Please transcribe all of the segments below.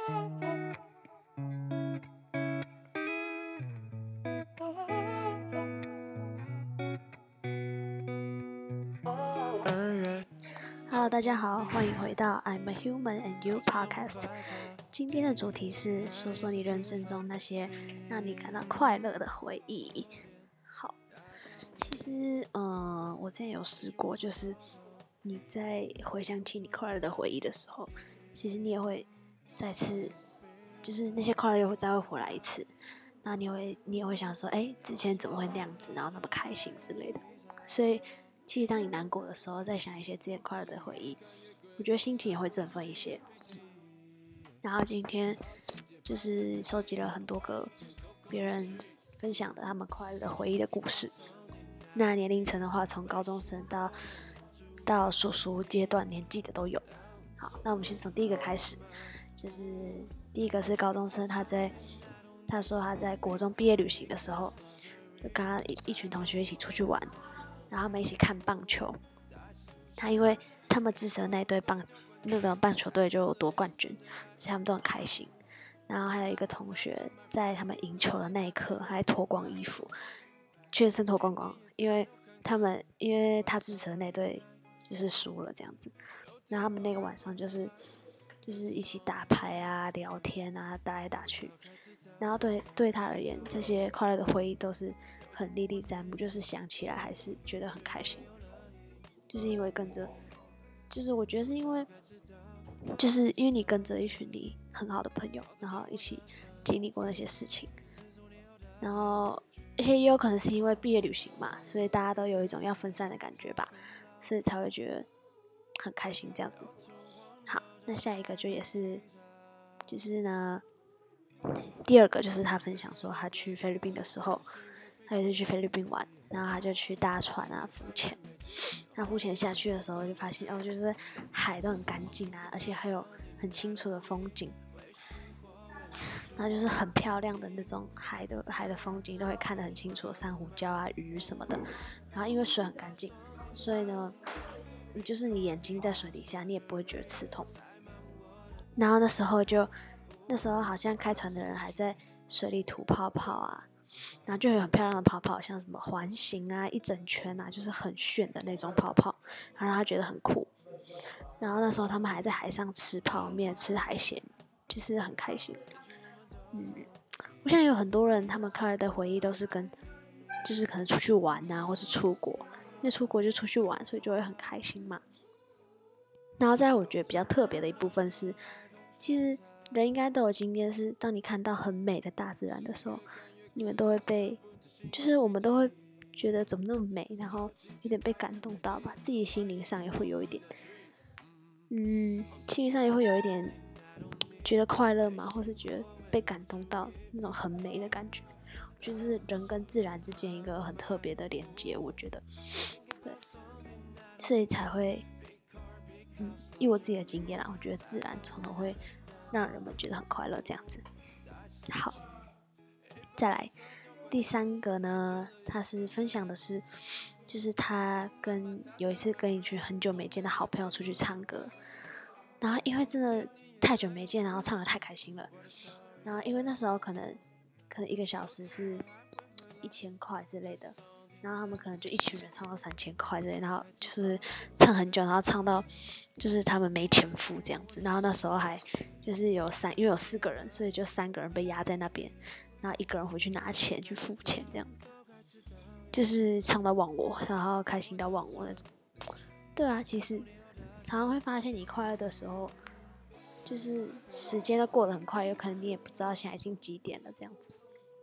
Hello， 大家好，欢迎回到 I'm a Human and You Podcast。今天的主题是说说你人生中那些让你感到快乐的回忆。好，其实我之前有试过，就是你在回想起你快乐的回忆的时候，其实你也会再次，就是那些快乐又会再会回来一次。那你也会想说，之前怎么会那样子，然后那么开心之类的。所以，其实当你难过的时候，再想一些之前快乐的回忆，我觉得心情也会振奋一些。然后今天就是收集了很多个别人分享的他们快乐的回忆的故事。那年龄层的话，从高中生到叔叔阶段年纪的都有。好，那我们先从第一个开始，就是第一个是高中生，他说他在国中毕业旅行的时候，就跟他一群同学一起出去玩，然后他们一起看棒球。因为他们支持的那一队那个棒球队就夺冠军，所以他们都很开心。然后还有一个同学在他们赢球的那一刻还脱光衣服，全身脱光光，因为他支持的那队就是输了这样子。然后他们那个晚上就是一起打牌啊、聊天啊、打来打去。然后对他而言，这些快乐的回忆都是很历历在目，就是想起来还是觉得很开心。就是因为我觉得是因为你跟着一群你很好的朋友，然后一起经历过那些事情，然后而且也有可能是因为毕业旅行嘛，所以大家都有一种要分散的感觉吧，所以才会觉得很开心这样子。好，那下一个就是呢，第二个就是他分享说他去菲律宾的时候，他也是去菲律宾玩，然后他就去搭船啊浮潜。那浮潜下去的时候就发现就是海都很干净啊，而且还有很清楚的风景，然后就是很漂亮的那种海的风景都会看得很清楚，珊瑚礁啊、鱼什么的。然后因为水很干净，所以呢，你眼睛在水底下，你也不会觉得刺痛。然后那时候好像开船的人还在水里吐泡泡啊。然后就有很漂亮的泡泡，像什么环形啊、一整圈啊，就是很炫的那种泡泡，然后让他觉得很酷。然后那时候他们还在海上吃泡面、吃海鲜，就是很开心。我想有很多人他们快乐的回忆都是就是可能出去玩啊，或是出国，因为出国就出去玩，所以就会很开心嘛。然后再来，我觉得比较特别的一部分是，其实人应该都有经验，是当你看到很美的大自然的时候。你们都会我们都会觉得怎么那么美，然后有点被感动到吧，自己心灵上也会有一点，心灵上也会有一点觉得快乐嘛，或是觉得被感动到那种很美的感觉，就是人跟自然之间一个很特别的连接，我觉得，对，所以才会，以我自己的经验啦，我觉得自然常常会让人们觉得很快乐这样子。好。再来第三个呢，他是分享的是，就是他有一次跟一群很久没见的好朋友出去唱歌，然后因为真的太久没见，然后唱得太开心了，然后因为那时候可能1个小时是1000块之类的，然后他们可能就一群人唱到3000块之类，然后就是唱很久，然后唱到就是他们没钱付这样子，然后那时候还就是因为有4个人，所以就3个人被压在那边。然后1个人回去拿钱去付钱，这样就是唱到忘我，然后开心到忘我那种。对啊，其实常常会发现你快乐的时候，就是时间都过得很快，有可能你也不知道现在已经几点了，这样子。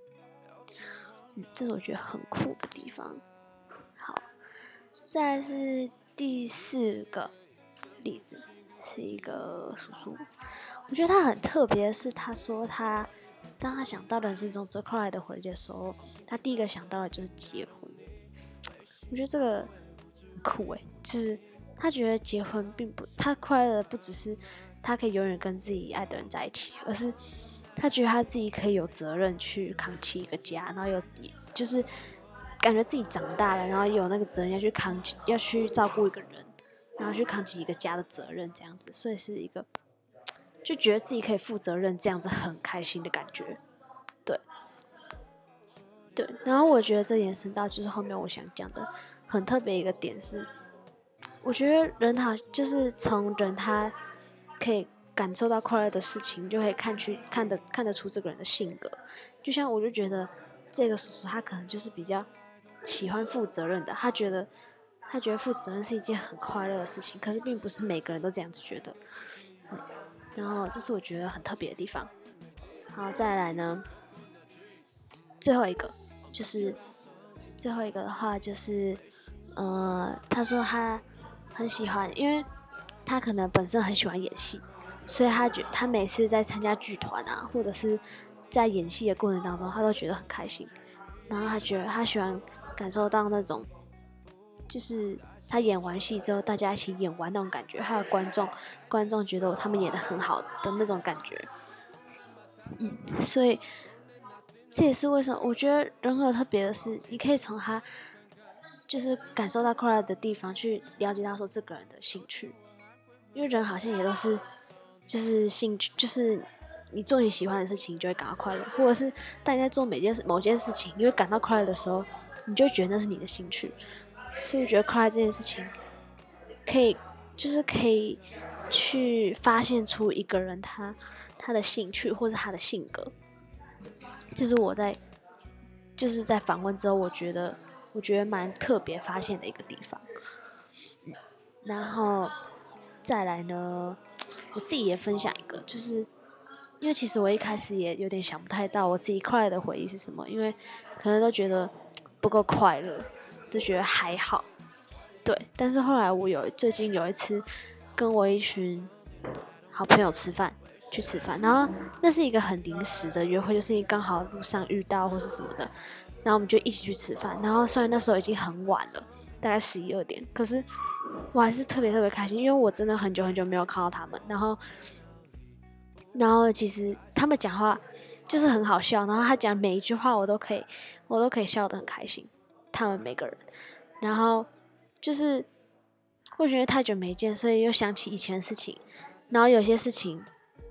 这是我觉得很酷的地方。好，再来是第4个例子，是一个叔叔。我觉得他很特别的是，他说当他想到人生中最快乐的回忆的时候，他第一个想到的就是结婚。我觉得这个很酷就是他觉得结婚他快乐的不只是他可以永远跟自己爱的人在一起，而是他觉得他自己可以有责任去扛起一个家，然后就是感觉自己长大了，然后有那个责任要去照顾一个人，然后去扛起一个家的责任这样子，所以是一个就觉得自己可以负责任，这样子很开心的感觉。对，然后我觉得这延伸到就是后面我想讲的很特别一个点是，我觉得人就是从人他可以感受到快乐的事情，就可以看得出这个人的性格。就像我就觉得这个叔叔他可能就是比较喜欢负责任的，他觉得负责任是一件很快乐的事情，可是并不是每个人都这样子觉得。然后这是我觉得很特别的地方。好，再来呢，最后一个的话就是，他说他很喜欢，因为他可能本身很喜欢演戏，所以他每次在参加剧团啊，或者是在演戏的过程当中，他都觉得很开心。然后他觉得他喜欢感受到那种，就是他演完戏之后，大家一起演完那种感觉，还有观众觉得他们演得很好的那种感觉。所以这也是为什么我觉得人和特别的是，你可以从他就是感受到快乐的地方去了解到说这个人的兴趣，因为人好像也都是就是兴趣，就是你做你喜欢的事情，你就会感到快乐，或者是当你在做某件事情，你会感到快乐的时候，你就会觉得那是你的兴趣。所以我觉得快乐这件事情，可以去发现出一个人他的兴趣或是他的性格。这是我在访问之后，我觉得蛮特别发现的一个地方。然后再来呢，我自己也分享一个，就是因为其实我一开始也有点想不太到我自己快乐的回忆是什么，因为可能都觉得不够快乐，就觉得还好。对，但是后来最近有一次跟我一群好朋友去吃饭，然后那是一个很临时的约会，就是刚好路上遇到或是什么的，然后我们就一起去吃饭。然后虽然那时候已经很晚了，大概11、12点，可是我还是特别开心，因为我真的很久没有看到他们。然后其实他们讲话就是很好笑，然后他讲每一句话我都可以笑得很开心，他们每个人。然后就是或许太久没见，所以又想起以前的事情。然后有些事情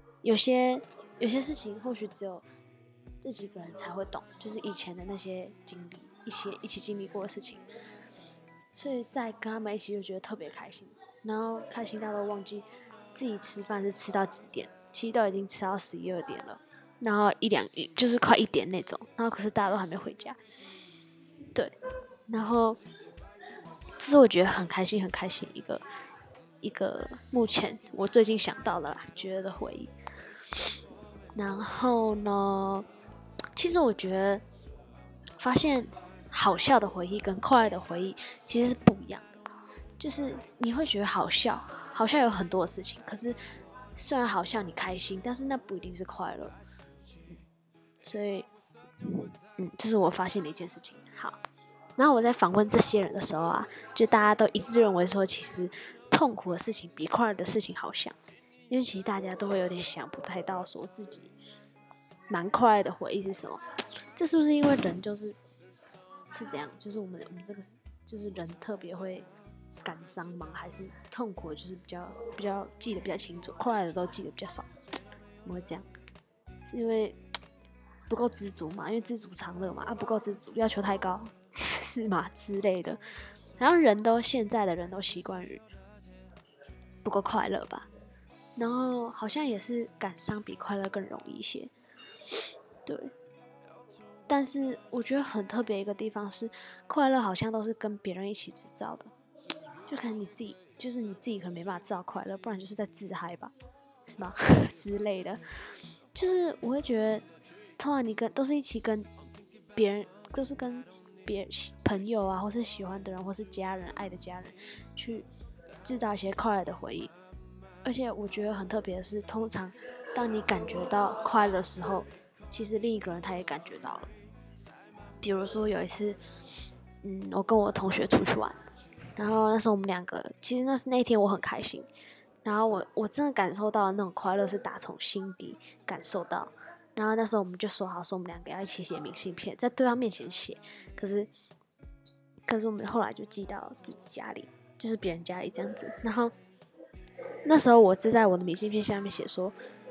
或许只有这几个人才会懂，就是以前的那些经历，一起经历过的事情。所以在跟他们一起就觉得特别开心，然后开心到都忘记自己吃饭是吃到几点，其实都已经吃到11、12点了，然后就是快1点那种，然后可是大家都还没回家。对，然后这是我觉得很开心一个目前我最近想到的啦，觉得的回忆。然后呢，其实我觉得发现好笑的回忆跟快乐的回忆其实是不一样的，就是你会觉得好笑有很多的事情，可是虽然好笑你开心，但是那不一定是快乐。所以这是我发现的一件事情。好，然后我在访问这些人的时候啊，就大家都一致认为说，其实痛苦的事情比快乐的事情好想，因为其实大家都会有点想不太到说自己蛮快乐的回忆是什么。这是不是因为人是这样？就是我们这个就是人特别会感伤吗？还是痛苦的就是比较记得比较清楚，快乐的都记得比较少？怎么会这样？是因为不够知足嘛？因为知足常乐嘛？不够知足，要求太高是吗？之类的。然后现在的人都习惯于不够快乐吧？然后好像也是感伤比快乐更容易一些。对。但是我觉得很特别一个地方是，快乐好像都是跟别人一起制造的，就可能你自己可能没办法制造快乐，不然就是在自嗨吧，是吗？之类的。就是我会觉得，通常你都是一起跟别人，都是跟朋友啊，或是喜欢的人，或是家人、爱的家人，去制造一些快乐的回忆。而且我觉得很特别的是，通常当你感觉到快乐的时候，其实另一个人他也感觉到了。比如说有一次，我跟我同学出去玩，然后那时候我们两个，其实那一天我很开心，然后我真的感受到的那种快乐是打从心底感受到。然后那时候我们就说好，说我们两个要一起写明信片，在对方面前写。可是我们后来就寄到自己家里，就是别人家里这样子。然后那时候我就在我的明信片下面写说，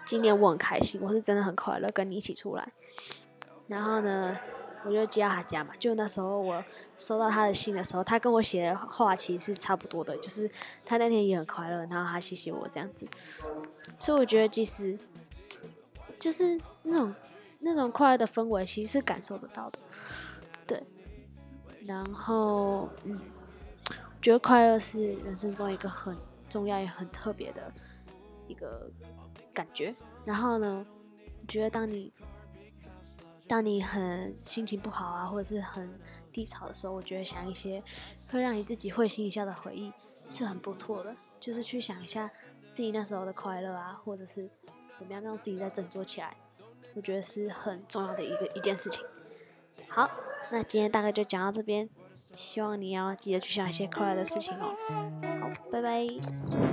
今年我很开心，我是真的很快乐跟你一起出来。然后呢，我就寄到他家嘛，就那时候我收到他的信的时候，他跟我写的话其实是差不多的，就是他那天也很快乐，然后他谢谢我这样子。所以我觉得即使就是那种快乐的氛围，其实是感受得到的，对。然后我觉得快乐是人生中一个很重要也很特别的一个感觉。然后呢，我觉得当你很心情不好啊，或者是很低潮的时候，我觉得想一些会让你自己会心一笑的回忆是很不错的。就是去想一下自己那时候的快乐啊，或者是怎么样让自己再振作起来，我觉得是很重要的一件事情。好，那今天大概就讲到这边，希望你要记得去想一些快乐的事情哦。好，拜拜。